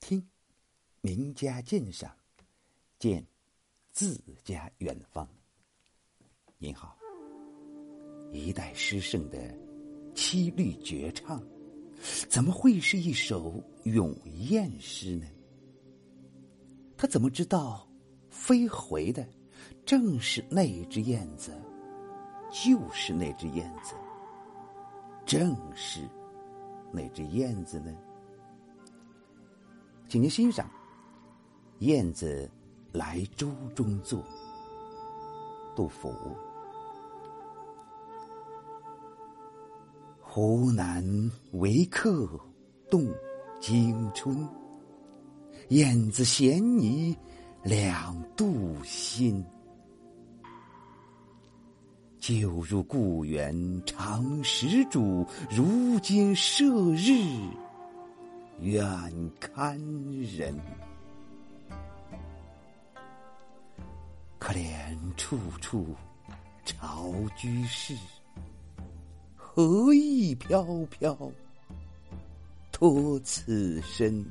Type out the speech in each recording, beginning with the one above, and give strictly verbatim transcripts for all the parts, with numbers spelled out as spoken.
听，名家鉴赏，见自家远方。您好，一代诗圣的七律绝唱，怎么会是一首咏燕诗呢？他怎么知道飞回的正是那只燕子，就是那只燕子，正是那只燕子呢？请您欣赏《燕子来舟中作》，杜甫。湖南为客动惊春，燕子衔泥两度新。旧入故园常食主，如今射日远堪人。可怜处处巢居士，何意飘飘托此身。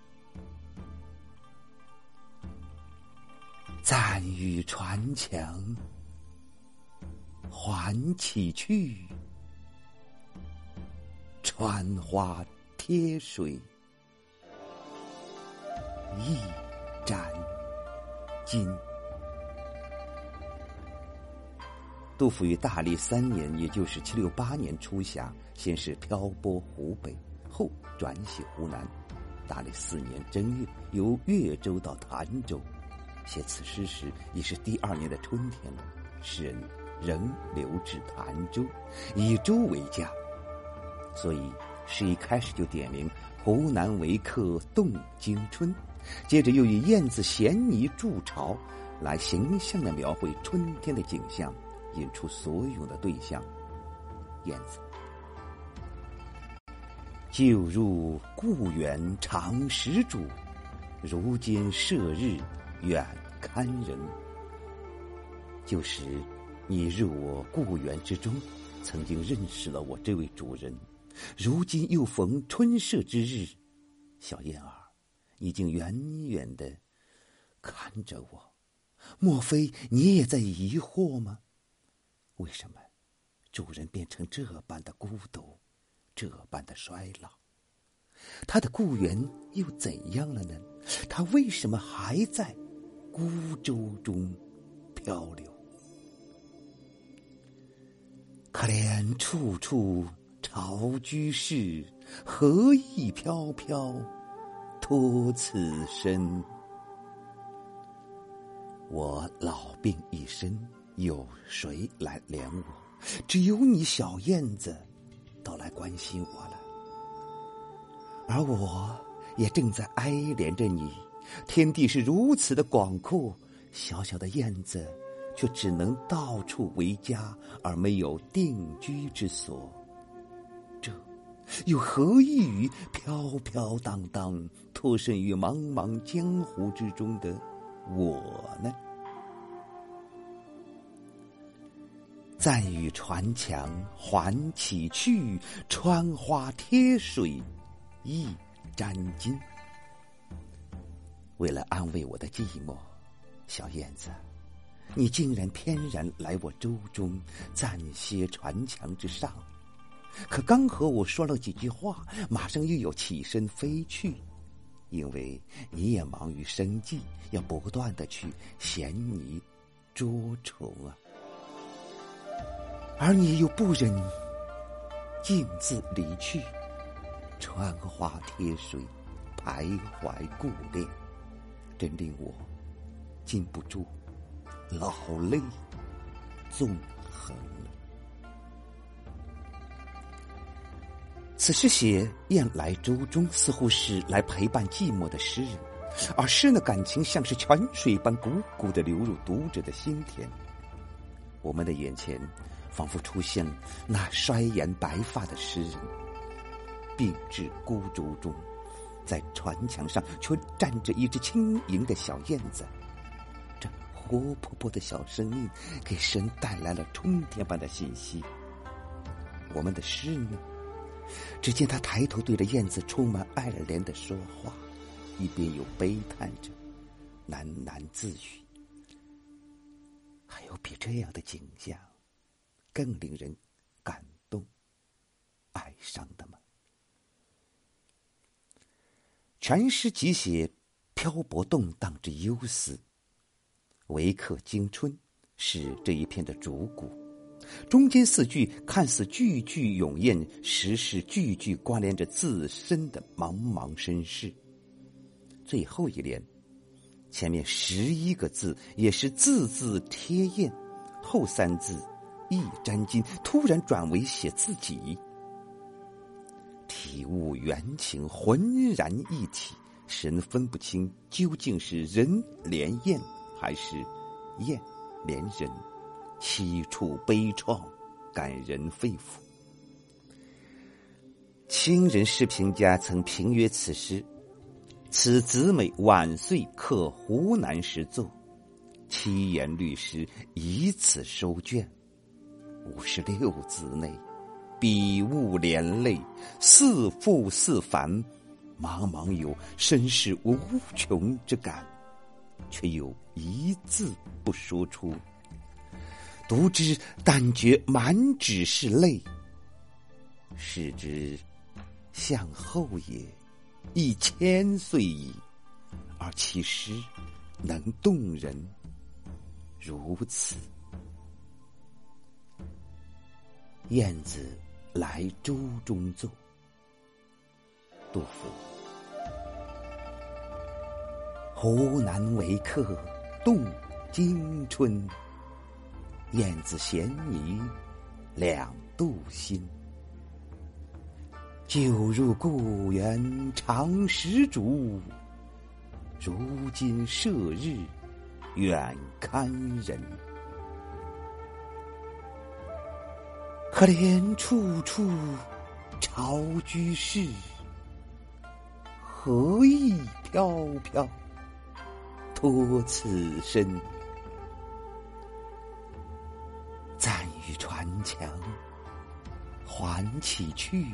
暂与船墙还起去，穿花贴水一沾巾。杜甫于大历三年，也就是七六八年初夏，先是漂泊湖北，后转徙湖南。大历四年正月，由越州到潭州。写此诗时已是第二年的春天了，诗人仍留至潭州，以州为家。所以诗一开始就点明湖南为客动惊春，接着又以燕子衔泥筑巢来形象地描绘春天的景象，引出所有的对象燕子。旧入故园常食主，如今射日远堪人。旧时你入我故园之中，曾经认识了我这位主人，如今又逢春射之日，小燕儿，你竟远远地看着我，莫非你也在疑惑吗？为什么主人变成这般的孤独，这般的衰老？他的故园又怎样了呢？他为什么还在孤舟中漂流？可怜处处巢居士，何意飘飘托此身。我老病一身，有谁来怜我？只有你小燕子都来关心我了。而我也正在哀怜着你，天地是如此的广阔，小小的燕子却只能到处为家，而没有定居之所。这又何异于飘飘荡荡托身于茫茫江湖之中的我呢？暂与船墙还起去，穿花贴水一沾巾。为了安慰我的寂寞，小燕子，你竟然翩然来我舟中，暂歇船墙之上。可刚和我说了几句话，马上又有起身飞去，因为你也忙于生计，要不断地去衔泥捉虫啊。而你又不忍径自离去，穿花贴水，徘徊顾恋，真令我禁不住老泪纵横了。此诗写燕来舟中，似乎是来陪伴寂寞的诗人，而诗人的感情像是泉水般汩汩地流入读者的心田。我们的眼前仿佛出现那衰颜白发的诗人，病至孤舟中，在船墙上却站着一只轻盈的小燕子。这活泼泼的小生命给诗人带来了春天般的信息。我们的诗呢？只见他抬头对着燕子充满爱怜的说话， 一边又悲叹着，喃喃自语：还有比这样的景象更令人感动哀伤的吗？全诗即写漂泊动荡之忧思，维克经春是这一篇的主骨，中间四句看似句句咏艳，实是句句关联着自身的茫茫身世。最后一联前面十一个字也是字字贴艳，后三字一沾巾，突然转为写自己，体悟原情，浑然一体，使人分不清究竟是人怜艳还是艳怜人，凄楚悲怆，感人肺腑。清人诗评家曾评曰此诗：此子美晚岁刻湖南时作，七言律诗以此收卷。五十六字内，笔误连累，似复似繁，茫茫有身世无穷之感，却有一字不说出，读之但觉满纸是泪。视之向后也，一千岁矣，而其诗能动人如此。燕子来舟中奏。杜甫。湖南为客动惊春，燕子衔泥两度心。旧入故园长石竹，如今射日远堪人。可怜处处巢居士，何意飘飘托此身。暂与船墙还起去，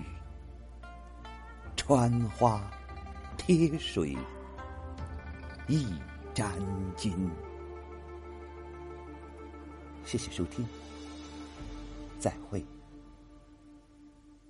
穿花贴水一沾巾。谢谢收听，再会。